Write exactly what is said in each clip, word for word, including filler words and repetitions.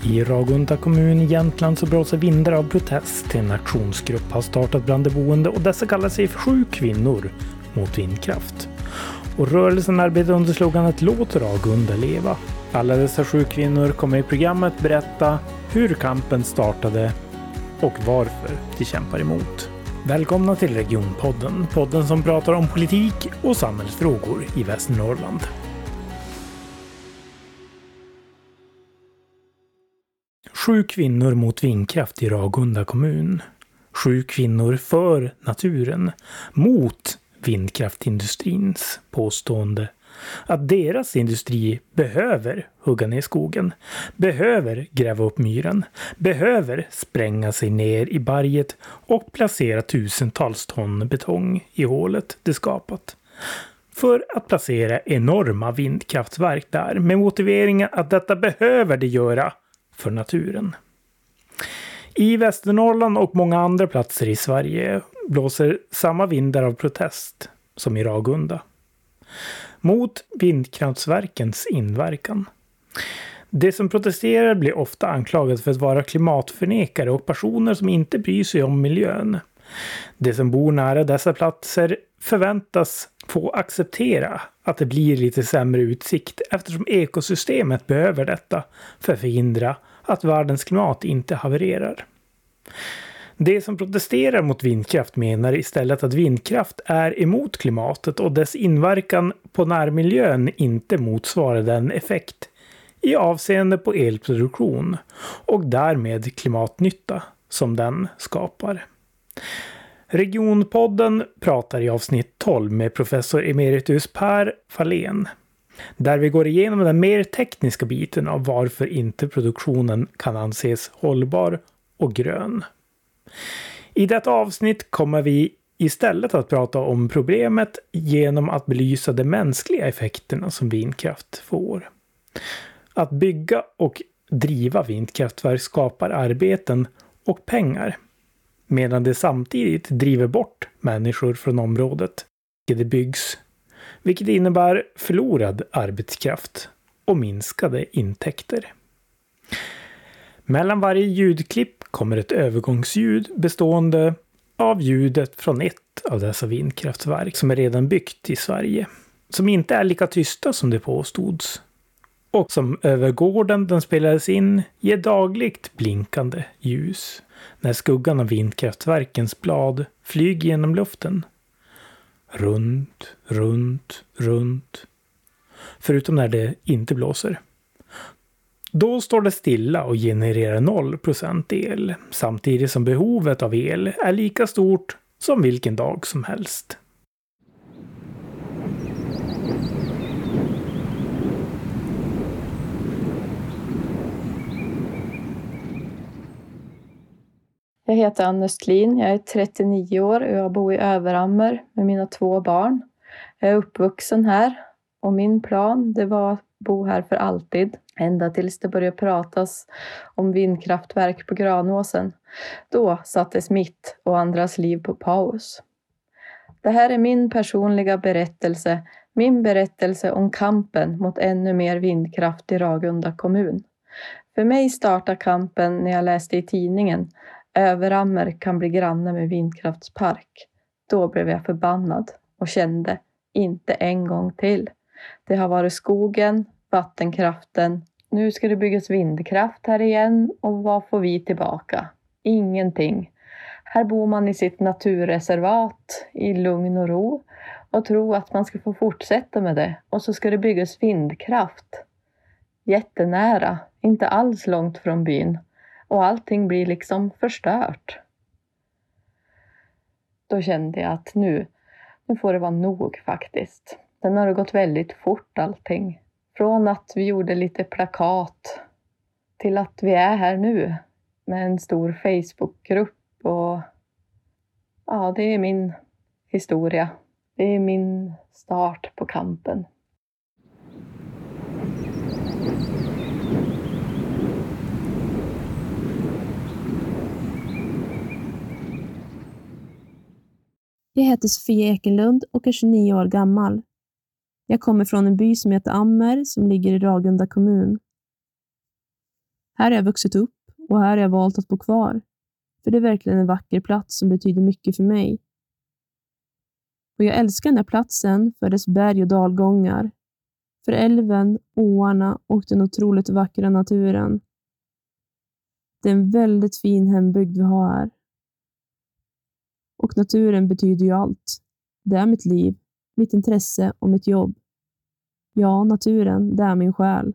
I Ragunda kommun i Jämtland så blåser vindar av protest. En aktionsgrupp har startat bland de boende och dessa kallar sig för Sju kvinnor mot vindkraft. Och rörelsen arbetar under sloganet Låt Ragunda leva. Alla dessa sju kvinnor kommer i programmet berätta hur kampen startade och varför de kämpar emot. Välkomna till Regionpodden, podden som pratar om politik och samhällsfrågor i Västernorrland. Sju kvinnor mot vindkraft i Ragunda kommun. Sju kvinnor för naturen mot vindkraftindustrins påstående att deras industri behöver hugga ner skogen, behöver gräva upp myren, behöver spränga sig ner i berget och placera tusentals ton betong i hålet det skapat. För att placera enorma vindkraftverk där med motiveringen att detta behöver det göra för naturen. I Västernorrland och många andra platser i Sverige blåser samma vindar av protest som i Ragunda mot vindkraftverkens inverkan. De som protesterar blir ofta anklagade för att vara klimatförnekare och personer som inte bryr sig om miljön. De som bor nära dessa platser förväntas få acceptera att det blir lite sämre utsikt eftersom ekosystemet behöver detta för att förhindra att världens klimat inte havererar. De som protesterar mot vindkraft menar istället att vindkraft är emot klimatet och dess inverkan på närmiljön inte motsvarar den effekt i avseende på elproduktion och därmed klimatnytta som den skapar. Regionpodden pratar i avsnitt tolv med professor emeritus Per Fahlén, där vi går igenom den mer tekniska biten av varför inte produktionen kan anses hållbar och grön. I detta avsnitt kommer vi istället att prata om problemet genom att belysa de mänskliga effekterna som vindkraft får. Att bygga och driva vindkraftverk skapar arbeten och pengar, medan det samtidigt driver bort människor från området där det byggs, vilket innebär förlorad arbetskraft och minskade intäkter. Mellan varje ljudklipp kommer ett övergångsljud bestående av ljudet från ett av dessa vindkraftverk som är redan byggt i Sverige, som inte är lika tysta som det påstods och som över gården den spelades in ger dagligt blinkande ljus när skuggan av vindkraftverkens blad flyger genom luften. Runt, runt, runt. Förutom när det inte blåser. Då står det stilla och genererar noll procent el, samtidigt som behovet av el är lika stort som vilken dag som helst. Jag heter Anna Östlin, jag är trettionio år och jag bor i Överammer med mina två barn. Jag är uppvuxen här och min plan det var att bo här för alltid. Ända tills det började pratas om vindkraftverk på Granåsen. Då sattes mitt och andras liv på paus. Det här är min personliga berättelse. Min berättelse om kampen mot ännu mer vindkraft i Ragunda kommun. För mig startade kampen när jag läste i tidningen Överammer kan bli granne med vindkraftspark. Då blev jag förbannad och kände inte en gång till. Det har varit skogen, vattenkraften. Nu ska det byggas vindkraft här igen och vad får vi tillbaka? Ingenting. Här bor man i sitt naturreservat i lugn och ro och tror att man ska få fortsätta med det. Och så ska det byggas vindkraft. Jättenära, inte alls långt från byn. Och allting blir liksom förstört. Då kände jag att nu, nu får det vara nog faktiskt. Sen har det gått väldigt fort allting. Från att vi gjorde lite plakat till att vi är här nu med en stor Facebookgrupp. Och ja, det är min historia. Det är min start på kampen. Jag heter Sofia Ekelund och är tjugonio år gammal. Jag kommer från en by som heter Ammer som ligger i Ragunda kommun. Här har jag vuxit upp och här har jag valt att bo kvar. För det är verkligen en vacker plats som betyder mycket för mig. Och jag älskar den här platsen för dess berg- och dalgångar. För älven, åarna och den otroligt vackra naturen. Det är en väldigt fin hembygd vi har här. Och naturen betyder ju allt. Det är mitt liv, mitt intresse och mitt jobb. Ja, naturen, det är min själ.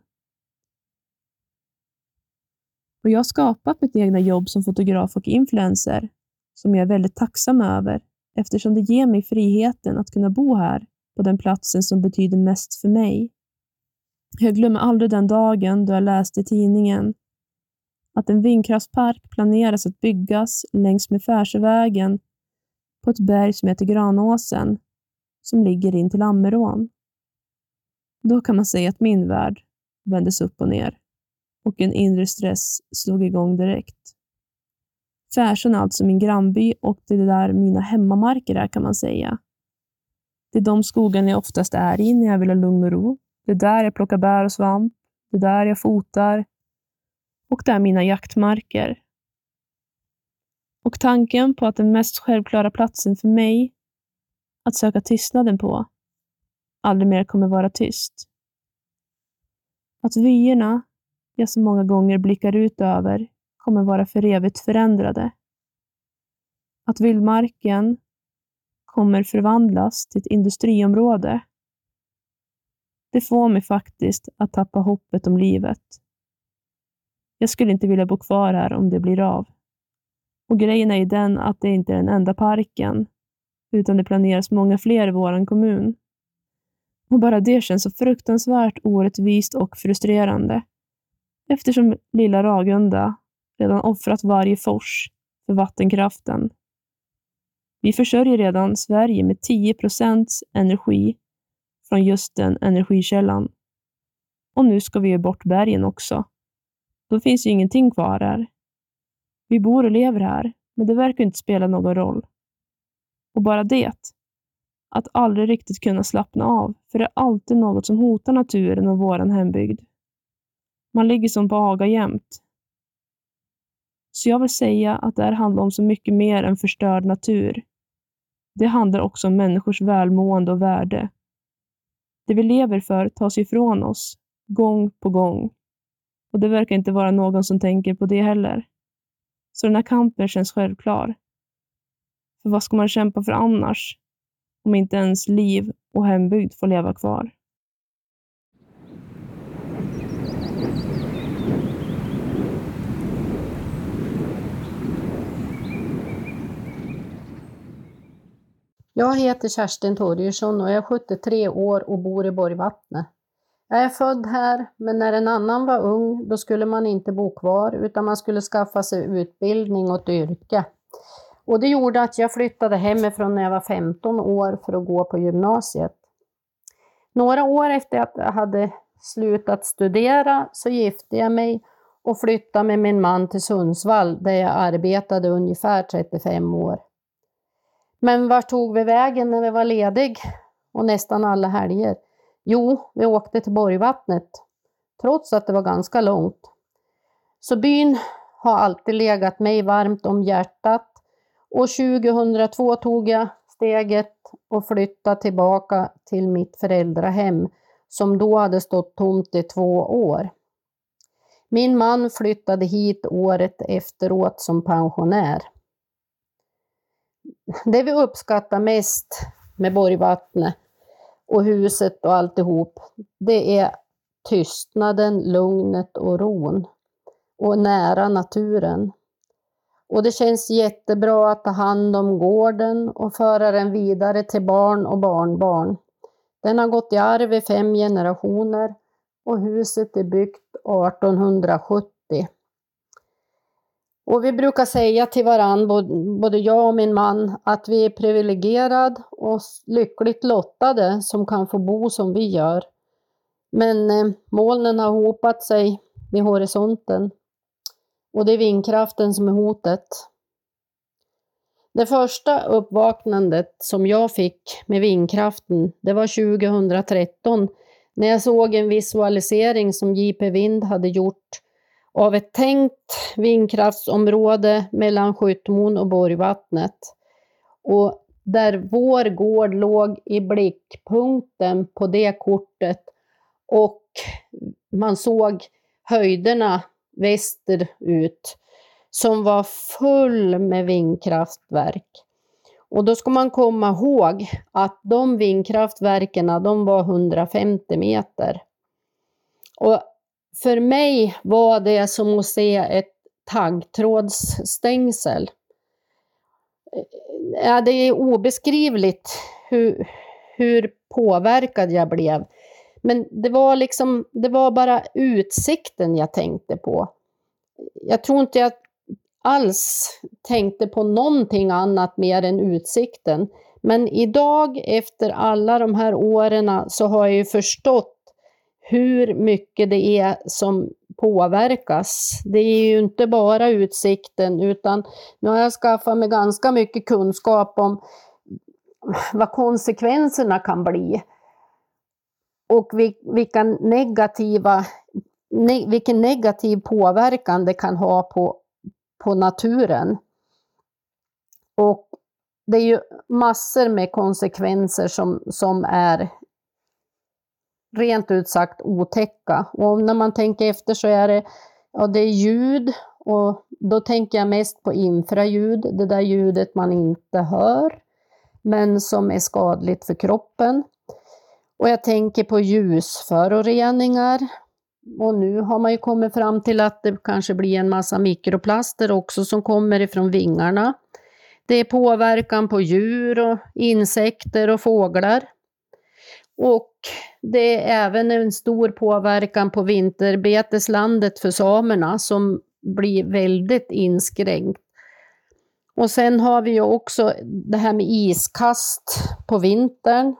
Och jag har skapat mitt egna jobb som fotograf och influencer, som jag är väldigt tacksam över, eftersom det ger mig friheten att kunna bo här, på den platsen som betyder mest för mig. Jag glömmer aldrig den dagen då jag läste i tidningen att en vindkraftspark planeras att byggas längs med Färsevägen på ett berg som heter Granåsen, som ligger in till Ammerån. Då kan man säga att min värld vändes upp och ner och en inre stress slog igång direkt. Färsön är alltså min grannby och det är där mina hemmamarker är, kan man säga. Det är de skogarna jag oftast är i när jag vill ha lugn och ro. Det är där jag plockar bär och svamp. Det är där jag fotar. Och det är mina jaktmarker. Och tanken på att den mest självklara platsen för mig att söka tystnaden på aldrig mer kommer vara tyst. Att vyerna jag så många gånger blickar ut över kommer vara för evigt förändrade. Att vildmarken kommer förvandlas till ett industriområde. Det får mig faktiskt att tappa hoppet om livet. Jag skulle inte vilja bo kvar här om det blir av. Och grejen är ju den att det inte är den enda parken, utan det planeras många fler i våran kommun. Och bara det känns så fruktansvärt orättvist och frustrerande. Eftersom lilla Ragunda redan offrat varje fors för vattenkraften. Vi försörjer redan Sverige med tio procent energi från just den energikällan. Och nu ska vi ge bort bergen också. Då finns ju ingenting kvar här. Vi bor och lever här, men det verkar inte spela någon roll. Och bara det, att aldrig riktigt kunna slappna av, för det är alltid något som hotar naturen och våran hembygd. Man ligger som på aga jämt. Så jag vill säga att det här handlar om så mycket mer än förstörd natur. Det handlar också om människors välmående och värde. Det vi lever för tas ifrån oss, gång på gång. Och det verkar inte vara någon som tänker på det heller. Så den här kampen känns självklar. För vad ska man kämpa för annars? Om inte ens liv och hembygd får leva kvar. Jag heter Kerstin Torgersson och jag är sjuttiotre år och bor i Borgvattnet. Jag är född här, men när en annan var ung, då skulle man inte bo kvar utan man skulle skaffa sig utbildning och ett yrke. Och det gjorde att jag flyttade hemifrån när jag var femton år för att gå på gymnasiet. Några år efter att jag hade slutat studera så gifte jag mig och flyttade med min man till Sundsvall där jag arbetade ungefär trettiofem år. Men var tog vi vägen när vi var ledig och nästan alla helger? Jo, vi åkte till Borgvattnet, trots att det var ganska långt. Så byn har alltid legat mig varmt om hjärtat och tjugohundratvå tog jag steget och flyttade tillbaka till mitt föräldrahem som då hade stått tomt i två år. Min man flyttade hit året efteråt som pensionär. Det vi uppskattar mest med Borgvattnet och huset och alltihop, det är tystnaden, lugnet och ron och nära naturen. Och det känns jättebra att ta hand om gården och föra den vidare till barn och barnbarn. Den har gått i arv i fem generationer och huset är byggt artonhundrasjuttio. Och vi brukar säga till varann, både jag och min man, att vi är privilegierade och lyckligt lottade som kan få bo som vi gör. Men eh, molnen har hopat sig vid horisonten och det är vindkraften som är hotet. Det första uppvaknandet som jag fick med vindkraften, det var tjugohundratretton när jag såg en visualisering som J P Vind hade gjort av ett tänkt vindkraftsområde mellan Skyttmon och Borgvattnet. Och där vår gård låg i blickpunkten på det kortet och man såg höjderna västerut som var full med vindkraftverk. Och då ska man komma ihåg att de vindkraftverken de var hundrafemtio meter. Och för mig var det som att se ett taggtrådsstängsel. Ja, det är obeskrivligt hur, hur påverkad jag blev. Men det var liksom, det var bara utsikten jag tänkte på. Jag tror inte jag alls tänkte på någonting annat mer än utsikten. Men idag efter alla de här åren så har jag ju förstått hur mycket det är som påverkas. Det är ju inte bara utsikten, utan nu har jag skaffat mig ganska mycket kunskap om vad konsekvenserna kan bli. Och vilka negativa, ne, vilken negativ påverkan det kan ha på, på naturen. Och det är ju massor med konsekvenser som, som är rent ut sagt otäcka. Och när man tänker efter så är det, ja, det är ljud, och då tänker jag mest på infraljud, det där ljudet man inte hör men som är skadligt för kroppen. Och jag tänker på ljusföroreningar, och nu har man ju kommit fram till att det kanske blir en massa mikroplaster också som kommer ifrån vingarna. Det är påverkan på djur och insekter och fåglar. Och det är även en stor påverkan på vinterbeteslandet för samerna som blir väldigt inskränkt. Och sen har vi ju också det här med iskast på vintern.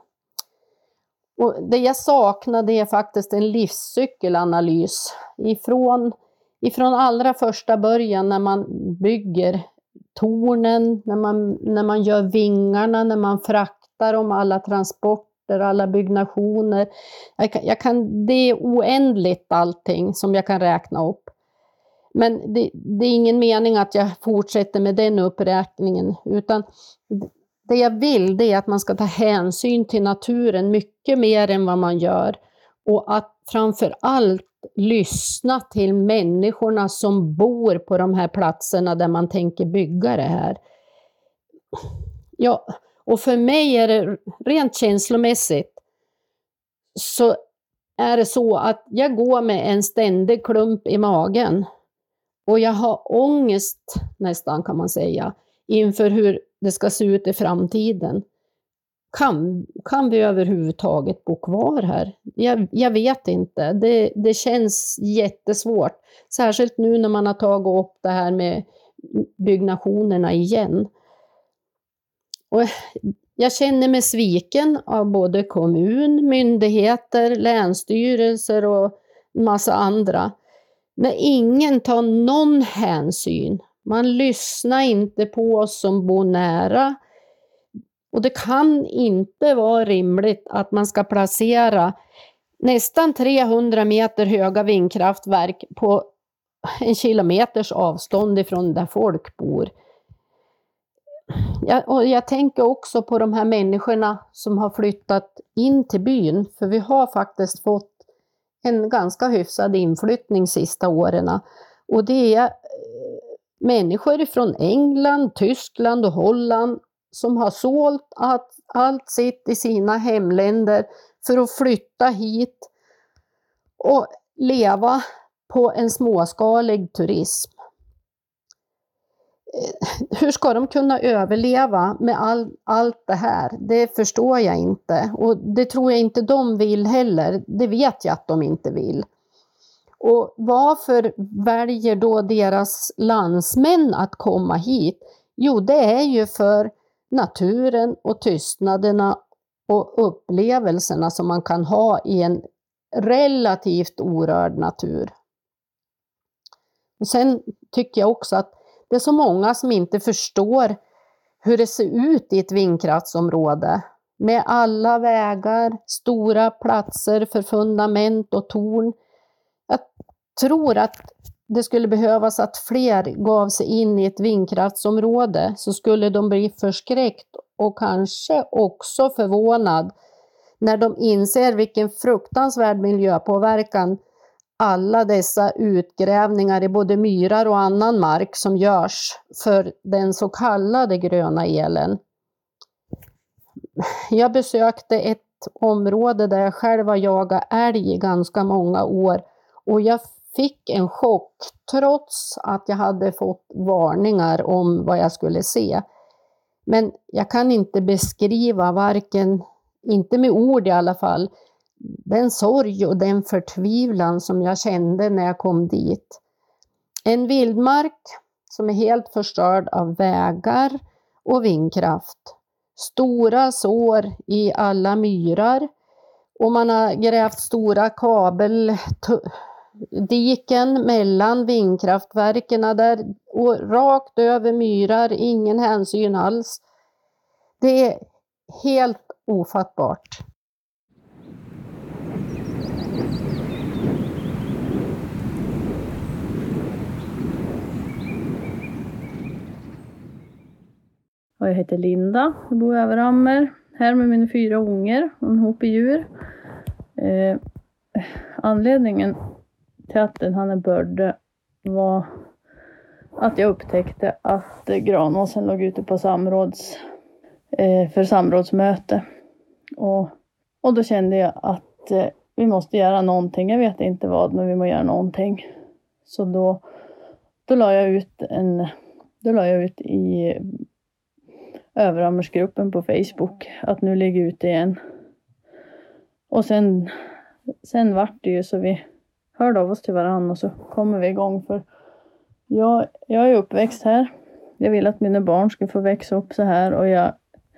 Och det jag saknade är faktiskt en livscykelanalys ifrån, ifrån allra första början när man bygger tornen, när man, när man gör vingarna, när man fraktar om alla transporter, alla byggnationer. Jag kan, jag kan, det är oändligt allting som jag kan räkna upp. Men det, det är ingen mening att jag fortsätter med den uppräkningen, utan det jag vill det är att man ska ta hänsyn till naturen mycket mer än vad man gör. Och att framför allt lyssna till människorna som bor på de här platserna där man tänker bygga det här. Ja, och för mig är det rent känslomässigt så är det så att jag går med en ständig klump i magen. Och jag har ångest nästan, kan man säga, inför hur det ska se ut i framtiden. Kan, kan vi överhuvudtaget bo kvar här? Jag, jag vet inte. Det, det känns jättesvårt. Särskilt nu när man har tagit upp det här med byggnationerna igen. Och jag känner mig sviken av både kommun, myndigheter, länsstyrelser och massa andra. När ingen tar någon hänsyn. Man lyssnar inte på oss som bor nära. Och det kan inte vara rimligt att man ska placera nästan trehundra meter höga vindkraftverk på en kilometers avstånd ifrån där folk bor. Jag, och jag tänker också på de här människorna som har flyttat in till byn. För vi har faktiskt fått en ganska hyfsad inflyttning sista åren. Och det är människor från England, Tyskland och Holland som har sålt allt, allt sitt i sina hemländer för att flytta hit och leva på en småskalig turism. Hur ska de kunna överleva med all, allt det här? Det förstår jag inte. Och det tror jag inte de vill heller. Det vet jag att de inte vill. Och varför väljer då deras landsmän att komma hit? Jo, det är ju för naturen och tystnaderna och upplevelserna som man kan ha i en relativt orörd natur. Och sen tycker jag också att det är så många som inte förstår hur det ser ut i ett vindkraftsområde. Med alla vägar, stora platser för fundament och torn. Jag tror att det skulle behövas att fler gav sig in i ett vindkraftsområde, så skulle de bli förskräckt och kanske också förvånad när de inser vilken fruktansvärd miljöpåverkan alla dessa utgrävningar i både myrar och annan mark som görs för den så kallade gröna elen. Jag besökte ett område där jag själv har jagat älg i ganska många år och jag fick en chock trots att jag hade fått varningar om vad jag skulle se. Men jag kan inte beskriva, varken, inte med ord i alla fall, den sorg och den förtvivlan som jag kände när jag kom dit. En vildmark som är helt förstörd av vägar och vindkraft. Stora sår i alla myrar och man har grävt stora kabeldiken mellan vindkraftverken där och rakt över myrar, ingen hänsyn alls. Det är helt ofattbart. Jag heter Linda, jag bor i Överammer, här med mina fyra ungar och en hop djur. Eh, anledningen till att den här började var att jag upptäckte att granåsen låg ute på samråds, eh, för samrådsmöte. Och, och då kände jag att eh, vi måste göra någonting, jag vet inte vad, men vi måste göra någonting. Så då, då la jag ut en, då la jag ut i Överammersgruppen på Facebook att nu ligger ute igen. Och sen, sen vart det ju så vi hörde av oss till varandra och så kommer vi igång. För jag, jag är uppväxt här. Jag vill att mina barn ska få växa upp så här. Och jag,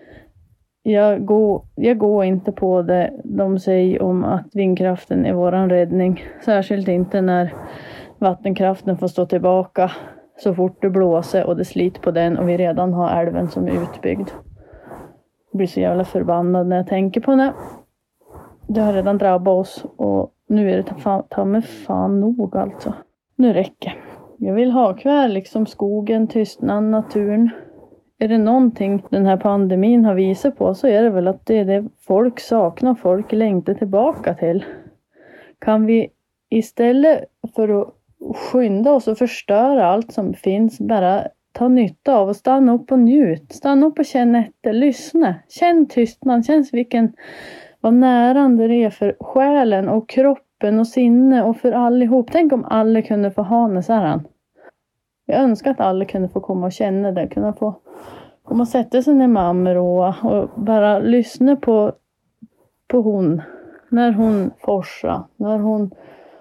jag, går, jag går inte på det de säger om att vindkraften är våran räddning. Särskilt inte när vattenkraften får stå tillbaka så fort det blåser och det sliter på den och vi redan har älven som är utbyggd. Jag blir så jävla förbannad när jag tänker på det. Det har redan drabbat oss och nu är det ta, ta med fan nog alltså. Nu räcker. Jag vill ha kvar liksom skogen, tystnaden, naturen. Är det någonting den här pandemin har visat på så är det väl att det är det folk saknar, folk längtar tillbaka till. Kan vi istället för att skynda oss och förstöra allt som finns, bara ta nytta av och stanna upp och njut. Stanna upp och känna efter, lyssna. Känn tystnad, känn vilken, vad närande det är för själen och kroppen och sinne och för allihop. Tänk om alla kunde få ha nästan. Jag önskar att alla kunde få komma och känna det, kunna få komma och sätta sig ner med Ammeråa och bara lyssna på, på hon, när hon forsar, när hon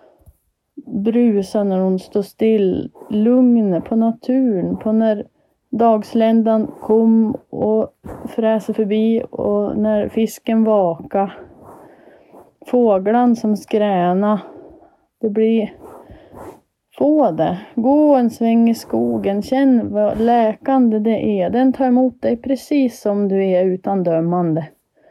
brusa, när hon står still, lugn på naturen, på när dagsländan kom och fräser förbi och när fisken vaka, fåglan som skräna. Det blir, få det, gå en sväng i skogen, känn vad läkande det är, den tar emot dig precis som du är utan dömande.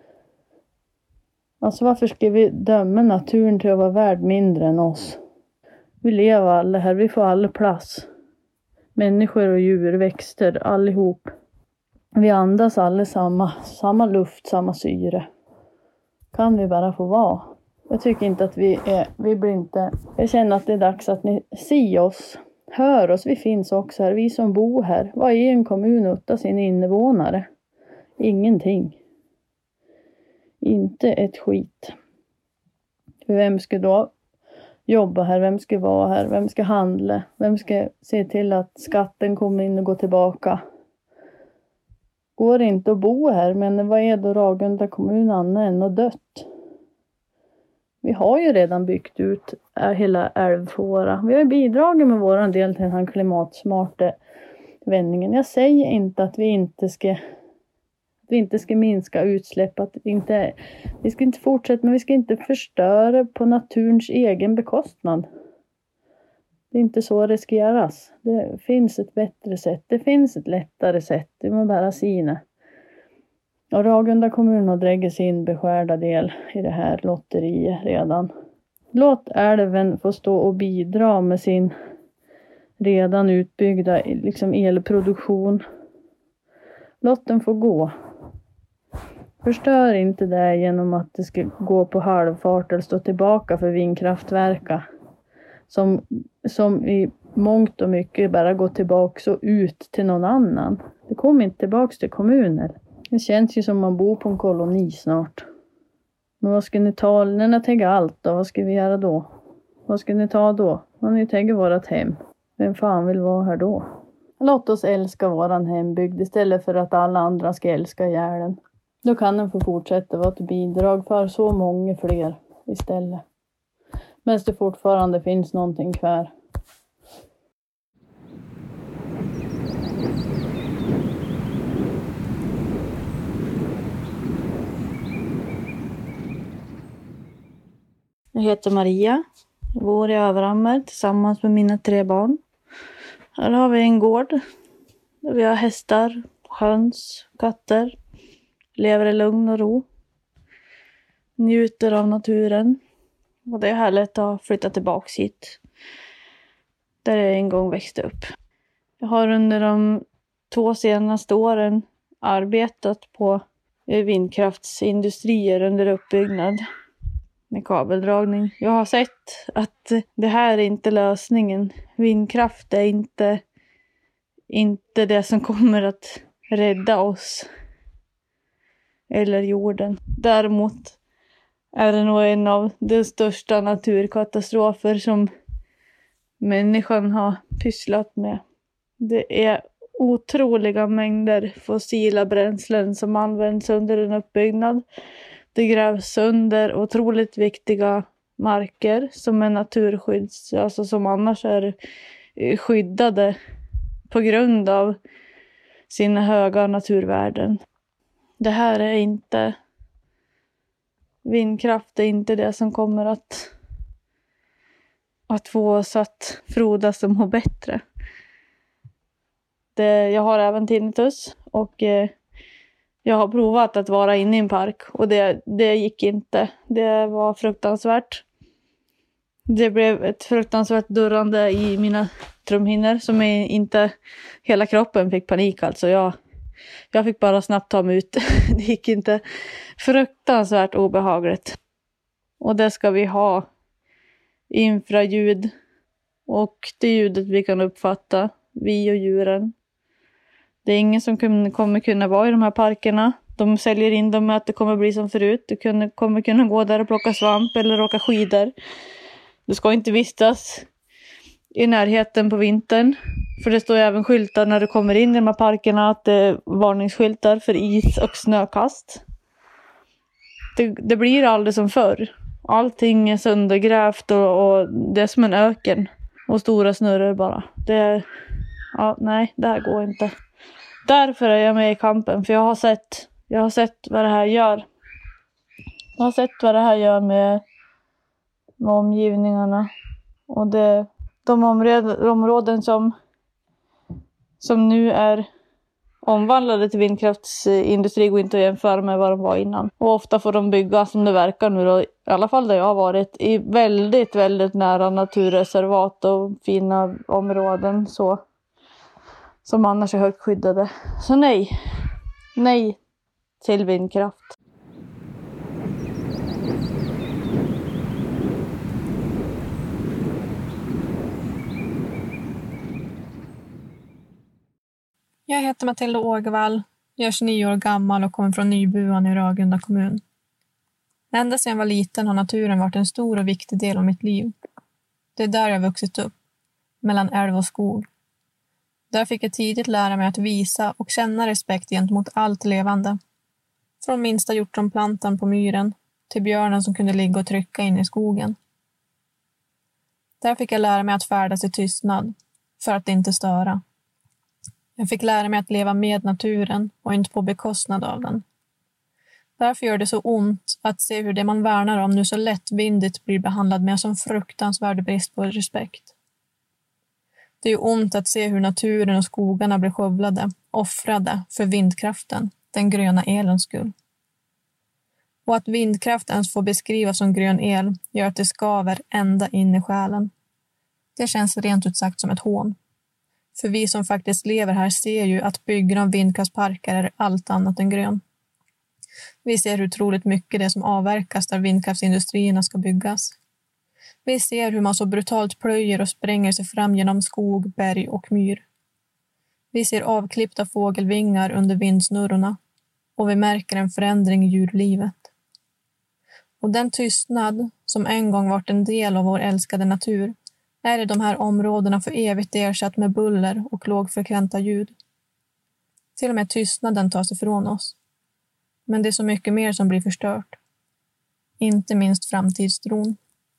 Alltså varför ska vi döma naturen till att vara värd mindre än oss? Vi lever alla här, vi får alla plats. Människor och djur, växter, allihop. Vi andas alla samma, samma luft, samma syre. Kan vi bara få vara? Jag tycker inte att vi är, vi blir inte, jag känner att det är dags att ni ser oss, hör oss, vi finns också här, vi som bor här. Vad är en kommun utan sin invånare? Ingenting. Inte ett skit. Vem ska då jobba här? Vem ska vara här? Vem ska handla? Vem ska se till att skatten kommer in och går tillbaka? Går det inte att bo här, men vad är då Ragunda kommun annat än och dött? Vi har ju redan byggt ut hela älvfåra. Vi har bidragit med våran del till den här klimatsmarta vändningen. Jag säger inte att vi inte ska vi inte ska minska utsläpp, att vi inte vi ska inte fortsätta, men vi ska inte förstöra på naturens egen bekostnad. Det är inte så det ska göras. Det finns ett bättre sätt. Det finns ett lättare sätt. Det må bara sina. Och Ragunda kommun har dragit sin beskärda del i det här lotteriet redan. Låt älven få stå och bidra med sin redan utbyggda liksom elproduktion. Låt den få gå. Förstör inte det genom att det ska gå på halvfart eller stå tillbaka för vindkraftverka. Som, som i mångt och mycket bara går tillbaka och ut till någon annan. Det kommer inte tillbaka till kommuner. Det känns ju som man bor på en koloni snart. Men vad ska ni ta? När ni tänker allt då? Vad ska vi göra då? Vad ska ni ta då? När ni tänker vårat hem. Vem fan vill vara här då? Låt oss älska våran hembygd istället för att alla andra ska älska ihjäl den. Då kan den få fortsätta vara ett bidrag för så många fler istället. Men det fortfarande finns någonting kvar. Jag heter Maria. Jag bor i Överammer tillsammans med mina tre barn. Här har vi en gård. Där vi har hästar, höns, katter. Lever i lugn och ro. Njuter av naturen. Och det är härligt att flytta tillbaka hit. Där jag en gång växte upp. Jag har under de två senaste åren arbetat på vindkraftsindustrier under uppbyggnad. Med kabeldragning. Jag har sett att det här är inte lösningen. Vindkraft är inte, inte det som kommer att rädda oss. Eller jorden. Däremot är det nog en av de största naturkatastrofer som människan har pysslat med. Det är otroliga mängder fossila bränslen som används under en uppbyggnad. Det grävs sönder otroligt viktiga marker som är naturskydds, alltså som annars är skyddade på grund av sina höga naturvärden. Det här är inte, vindkraft är inte det som kommer att, att få oss att frodas och må bättre. Det, jag har även tinnitus och eh, jag har provat att vara inne i en park och det, det gick inte. Det var fruktansvärt. Det blev ett fruktansvärt durrande i mina trumhinnor som är inte, hela kroppen fick panik alltså. Jag, jag fick bara snabbt ta mig ut. Det gick inte, fruktansvärt obehagligt. Och det ska vi ha infraljud och det ljudet vi kan uppfatta, vi och djuren. Det är ingen som kommer kunna vara i de här parkerna. De säljer in dem med att det kommer bli som förut. Du kommer kunna gå där och plocka svamp eller åka skidor. Du ska inte vistas i närheten på vintern. För det står ju även skyltar när du kommer in i de här parkerna att det är varningsskyltar för is och snökast. Det, det blir aldrig som förr. Allting är söndergrävt och, och det är som en öken. Och stora snurror bara. Det, ja, nej, det här går inte. Därför är jag med i kampen. För jag har sett, jag har sett vad det här gör. Jag har sett vad det här gör med, med omgivningarna. Och det, de områden, områden som, som nu är omvandlade till vindkraftsindustri går inte att jämföra med vad de var innan. Och ofta får de bygga som det verkar nu då, i alla fall där jag har varit, i väldigt, väldigt nära naturreservat och fina områden så. Som annars är högt skyddade. Så nej. Nej till vindkraft. Jag heter Matilda Ågervall. Jag är tjugonio år gammal och kommer från Nybuan i Ragunda kommun. Ända sedan jag var liten har naturen varit en stor och viktig del av mitt liv. Det är där jag vuxit upp. Mellan älv och skog. Där fick jag tidigt lära mig att visa och känna respekt gentemot allt levande. Från minsta hjortronplantan på myren till björnen som kunde ligga och trycka in i skogen. Där fick jag lära mig att färdas i tystnad för att inte störa. Jag fick lära mig att leva med naturen och inte på bekostnad av den. Därför gör det så ont att se hur det man värnar om nu så lättvindigt blir behandlad med som fruktansvärd brist på respekt. Det är ont att se hur naturen och skogarna blir skövlade, offrade för vindkraften, den gröna elens skull. Och att vindkraft ens får beskrivas som grön el gör att det skaver ända in i själen. Det känns rent ut sagt som ett hån. För vi som faktiskt lever här ser ju att byggen av vindkraftsparker är allt annat än grön. Vi ser hur otroligt mycket det som avverkas där vindkraftsindustrierna ska byggas. Vi ser hur man så brutalt plöjer och spränger sig fram genom skog, berg och myr. Vi ser avklippta fågelvingar under vindsnurrorna och vi märker en förändring i djurlivet. Och den tystnad som en gång varit en del av vår älskade natur är i de här områdena för evigt ersatt med buller och lågfrekventa ljud. Till och med tystnaden tas ifrån oss. Men det är så mycket mer som blir förstört. Inte minst framtidstron.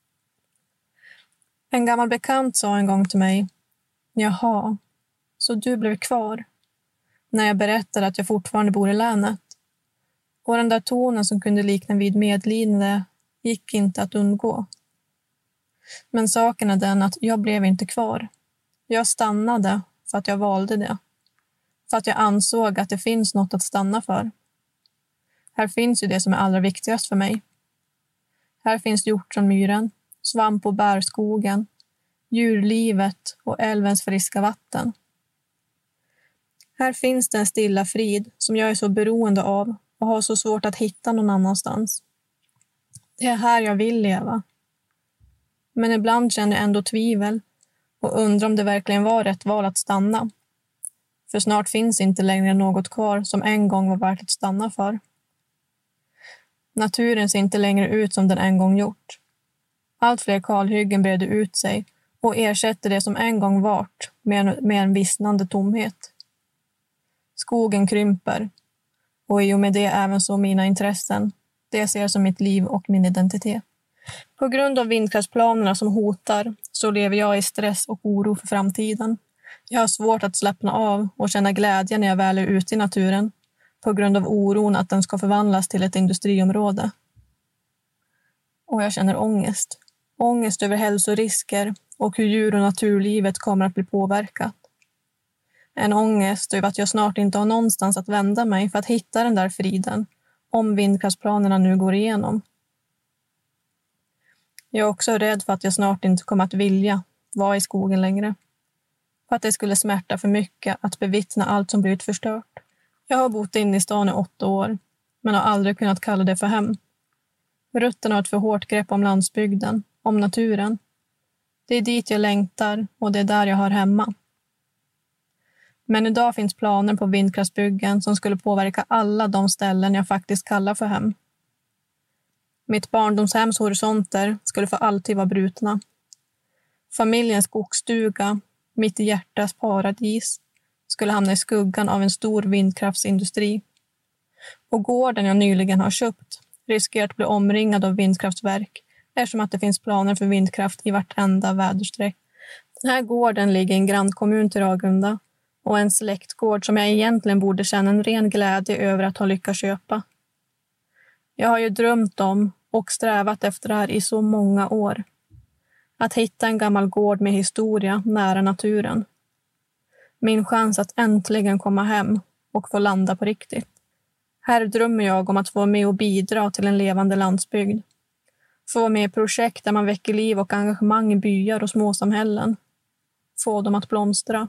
En gammal bekant sa en gång till mig: Jaha, så du blev kvar? När jag berättade att jag fortfarande bor i länet. Och den där tonen som kunde likna vid medlidande gick inte att undgå. Men saken är den att jag blev inte kvar. Jag stannade för att jag valde det. För att jag ansåg att det finns något att stanna för. Här finns ju det som är allra viktigast för mig. Här finns hjortronmyren, svamp- och bärskogen, djurlivet och älvens friska vatten. Här finns det en stilla frid som jag är så beroende av och har så svårt att hitta någon annanstans. Det är här jag vill leva. Men ibland känner jag ändå tvivel och undrar om det verkligen var rätt val att stanna. För snart finns inte längre något kvar som en gång var värt att stanna för. Naturen ser inte längre ut som den en gång gjort. Allt fler kalhyggen breder ut sig och ersätter det som en gång vart med en, med en vissnande tomhet. Skogen krymper och i och med det även så mina intressen, det jag ser som mitt liv och min identitet. På grund av vindkraftsplanerna som hotar så lever jag i stress och oro för framtiden. Jag har svårt att slappna av och känna glädje när jag väl är ute i naturen på grund av oron att den ska förvandlas till ett industriområde. Och jag känner ångest. Ångest över hälsorisker och hur djur- och naturlivet kommer att bli påverkat. En ångest över att jag snart inte har någonstans att vända mig för att hitta den där friden om vindkraftsplanerna nu går igenom. Jag är också rädd för att jag snart inte kommer att vilja vara i skogen längre. För att det skulle smärta för mycket att bevittna allt som blivit förstört. Jag har bott inne i stan i åtta år, men har aldrig kunnat kalla det för hem. Rötterna har ett för hårt grepp om landsbygden, om naturen. Det är dit jag längtar och det är där jag har hemma. Men idag finns planer på vindkraftsbyggen som skulle påverka alla de ställen jag faktiskt kallar för hem. Mitt barndomshems horisonter skulle för alltid vara brutna. Familjens skogsstuga, mitt hjärtas paradis, skulle hamna i skuggan av en stor vindkraftsindustri. Och gården jag nyligen har köpt riskerar att bli omringad av vindkraftverk eftersom att det finns planer för vindkraft i vartenda väderstreck. Den här gården ligger i en grannkommun till Ragunda och en släktgård som jag egentligen borde känna en ren glädje över att ha lyckats köpa. Jag har ju drömt om och strävat efter det här i så många år. Att hitta en gammal gård med historia nära naturen. Min chans att äntligen komma hem och få landa på riktigt. Här drömmer jag om att få med och bidra till en levande landsbygd. Få med i projekt där man väcker liv och engagemang i byar och småsamhällen. Få dem att blomstra.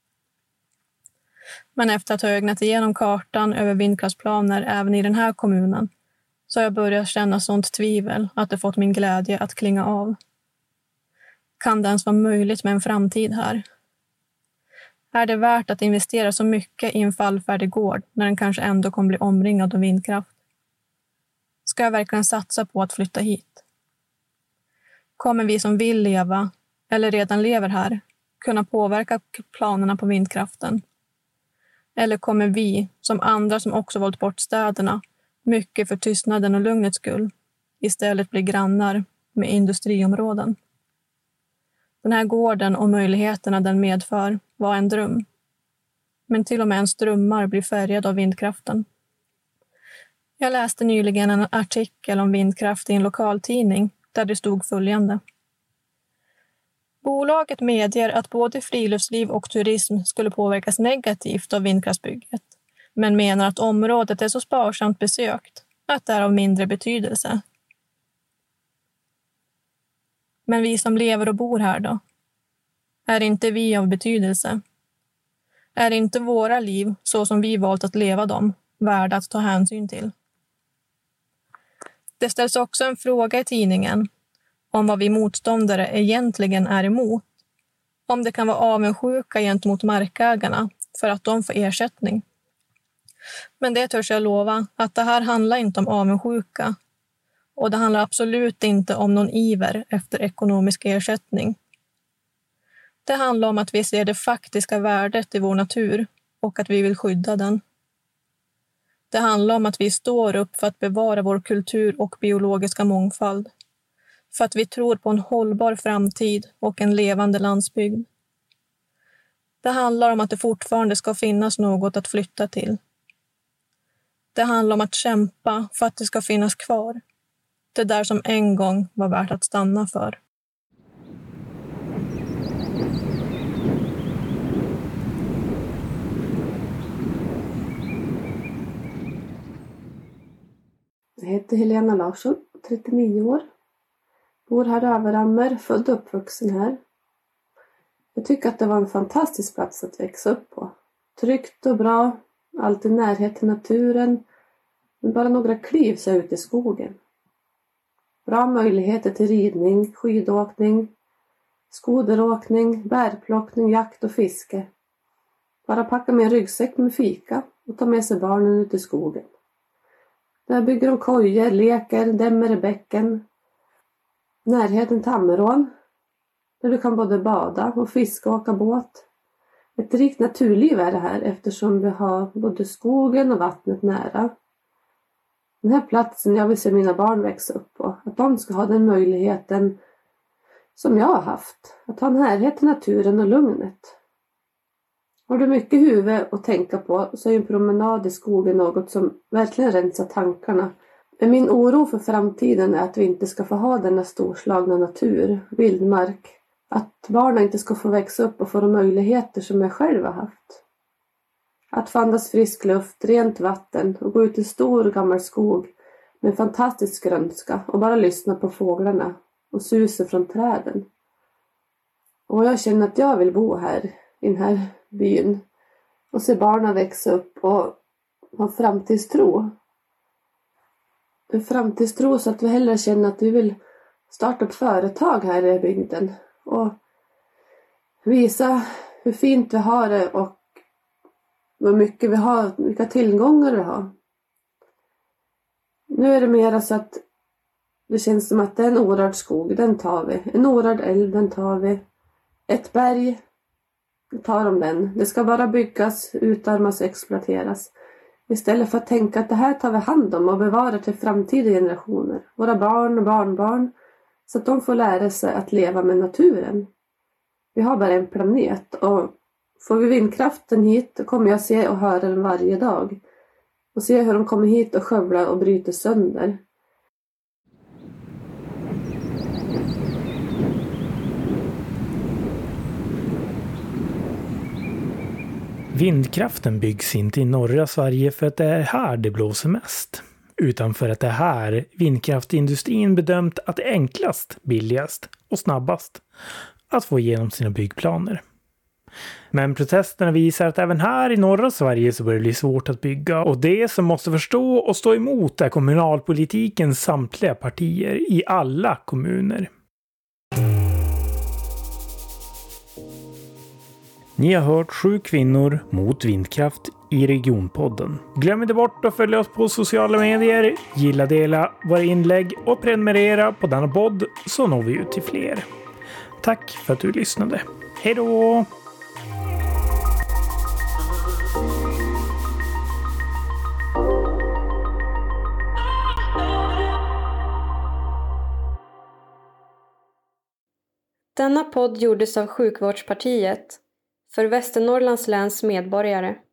Men efter att ha ögnat igenom kartan över vindkraftsplaner även i den här kommunen så har jag börjat känna sånt tvivel att det fått min glädje att klinga av. Kan det ens vara möjligt med en framtid här? Är det värt att investera så mycket i en fallfärdig gård när den kanske ändå kommer bli omringad av vindkraft? Ska jag verkligen satsa på att flytta hit? Kommer vi som vill leva, eller redan lever här, kunna påverka planerna på vindkraften? Eller kommer vi, som andra som också valt bort städerna, mycket för tystnaden och lugnets skull, istället bli grannar med industriområden? Den här gården och möjligheterna den medför var en dröm. Men till och med ens drömmar blir färgad av vindkraften. Jag läste nyligen en artikel om vindkraft i en lokaltidning där det stod följande. Bolaget medger att både friluftsliv och turism skulle påverkas negativt av vindkraftsbygget, men menar att området är så sparsamt besökt att det är av mindre betydelse. Men vi som lever och bor här då? Är inte vi av betydelse? är inte våra liv, så som vi valt att leva dem, värda att ta hänsyn till. Det ställs också en fråga i tidningen om vad vi motståndare egentligen är emot. Om det kan vara avundsjuka gentemot markägarna för att de får ersättning. Men det törs jag lova att det här handlar inte om avundsjuka. Och det handlar absolut inte om någon iver efter ekonomisk ersättning. Det handlar om att vi ser det faktiska värdet i vår natur och att vi vill skydda den. Det handlar om att vi står upp för att bevara vår kultur och biologiska mångfald. För att vi tror på en hållbar framtid och en levande landsbygd. Det handlar om att det fortfarande ska finnas något att flytta till. Det handlar om att kämpa för att det ska finnas kvar. Det där som en gång var värt att stanna för. Jag heter Helena Larsson, trettionio år. Bor här i Överammer, född och uppvuxen här. Jag tycker att det var en fantastisk plats att växa upp på. Tryggt och bra, alltid närhet till naturen. Men bara några kliv så ut i skogen. Bra möjligheter till ridning, skidåkning, skoderåkning, bärplockning, jakt och fiske. Bara packa med en ryggsäck med fika och ta med sig barnen ut i skogen. Där bygger de kojor, leker, dämmer i bäcken. Närheten till Ammerån, där du kan både bada och fiska och åka båt. Ett rikt naturliv är det här eftersom vi har både skogen och vattnet nära. Den här platsen jag vill se mina barn växa upp på. Att de ska ha den möjligheten som jag har haft. Att ha närhet till naturen och lugnet. Har du mycket huvud att tänka på så är en promenad i skogen något som verkligen rensar tankarna. Men min oro för framtiden är att vi inte ska få ha denna storslagna natur, vildmark. Att barnen inte ska få växa upp och få de möjligheter som jag själv har haft. Att få andas frisk luft, rent vatten och gå ut i stor gammal skog med fantastisk grönska och bara lyssna på fåglarna och suset från träden. Och jag känner att jag vill bo här i den här byn och se barnen växa upp och ha framtidstro. En framtidstro så att vi hellre känner att vi vill starta ett företag här i bygden och visa hur fint vi har det och hur mycket vi har, vilka tillgångar vi har. Nu är det mer så att det känns som att det är en orörd skog, den tar vi. En orörd älv, den tar vi. Ett berg, tar de den. Det ska bara byggas, utarmas och exploateras. Istället för att tänka att det här tar vi hand om och bevarar till framtida generationer. Våra barn och barnbarn. Så att de får lära sig att leva med naturen. Vi har bara en planet och får vi vindkraften hit då kommer jag se och höra den varje dag. Och se hur de kommer hit och skövlar och bryter sönder. Vindkraften byggs inte i norra Sverige för att det är här det blåser mest. Utan för att det är här vindkraftindustrin bedömt att det är enklast, billigast och snabbast att få igenom sina byggplaner. Men protesterna visar att även här i norra Sverige så börjar det bli svårt att bygga och det som måste förstå och stå emot är kommunalpolitikens samtliga partier i alla kommuner. Ni har hört Sju kvinnor mot vindkraft i Regionpodden. Glöm inte bort att följa oss på sociala medier, gilla, dela våra inlägg och prenumerera på denna podd så når vi ut till fler. Tack för att du lyssnade. Hej då! Denna podd gjordes av Sjukvårdspartiet för Västernorrlands läns medborgare.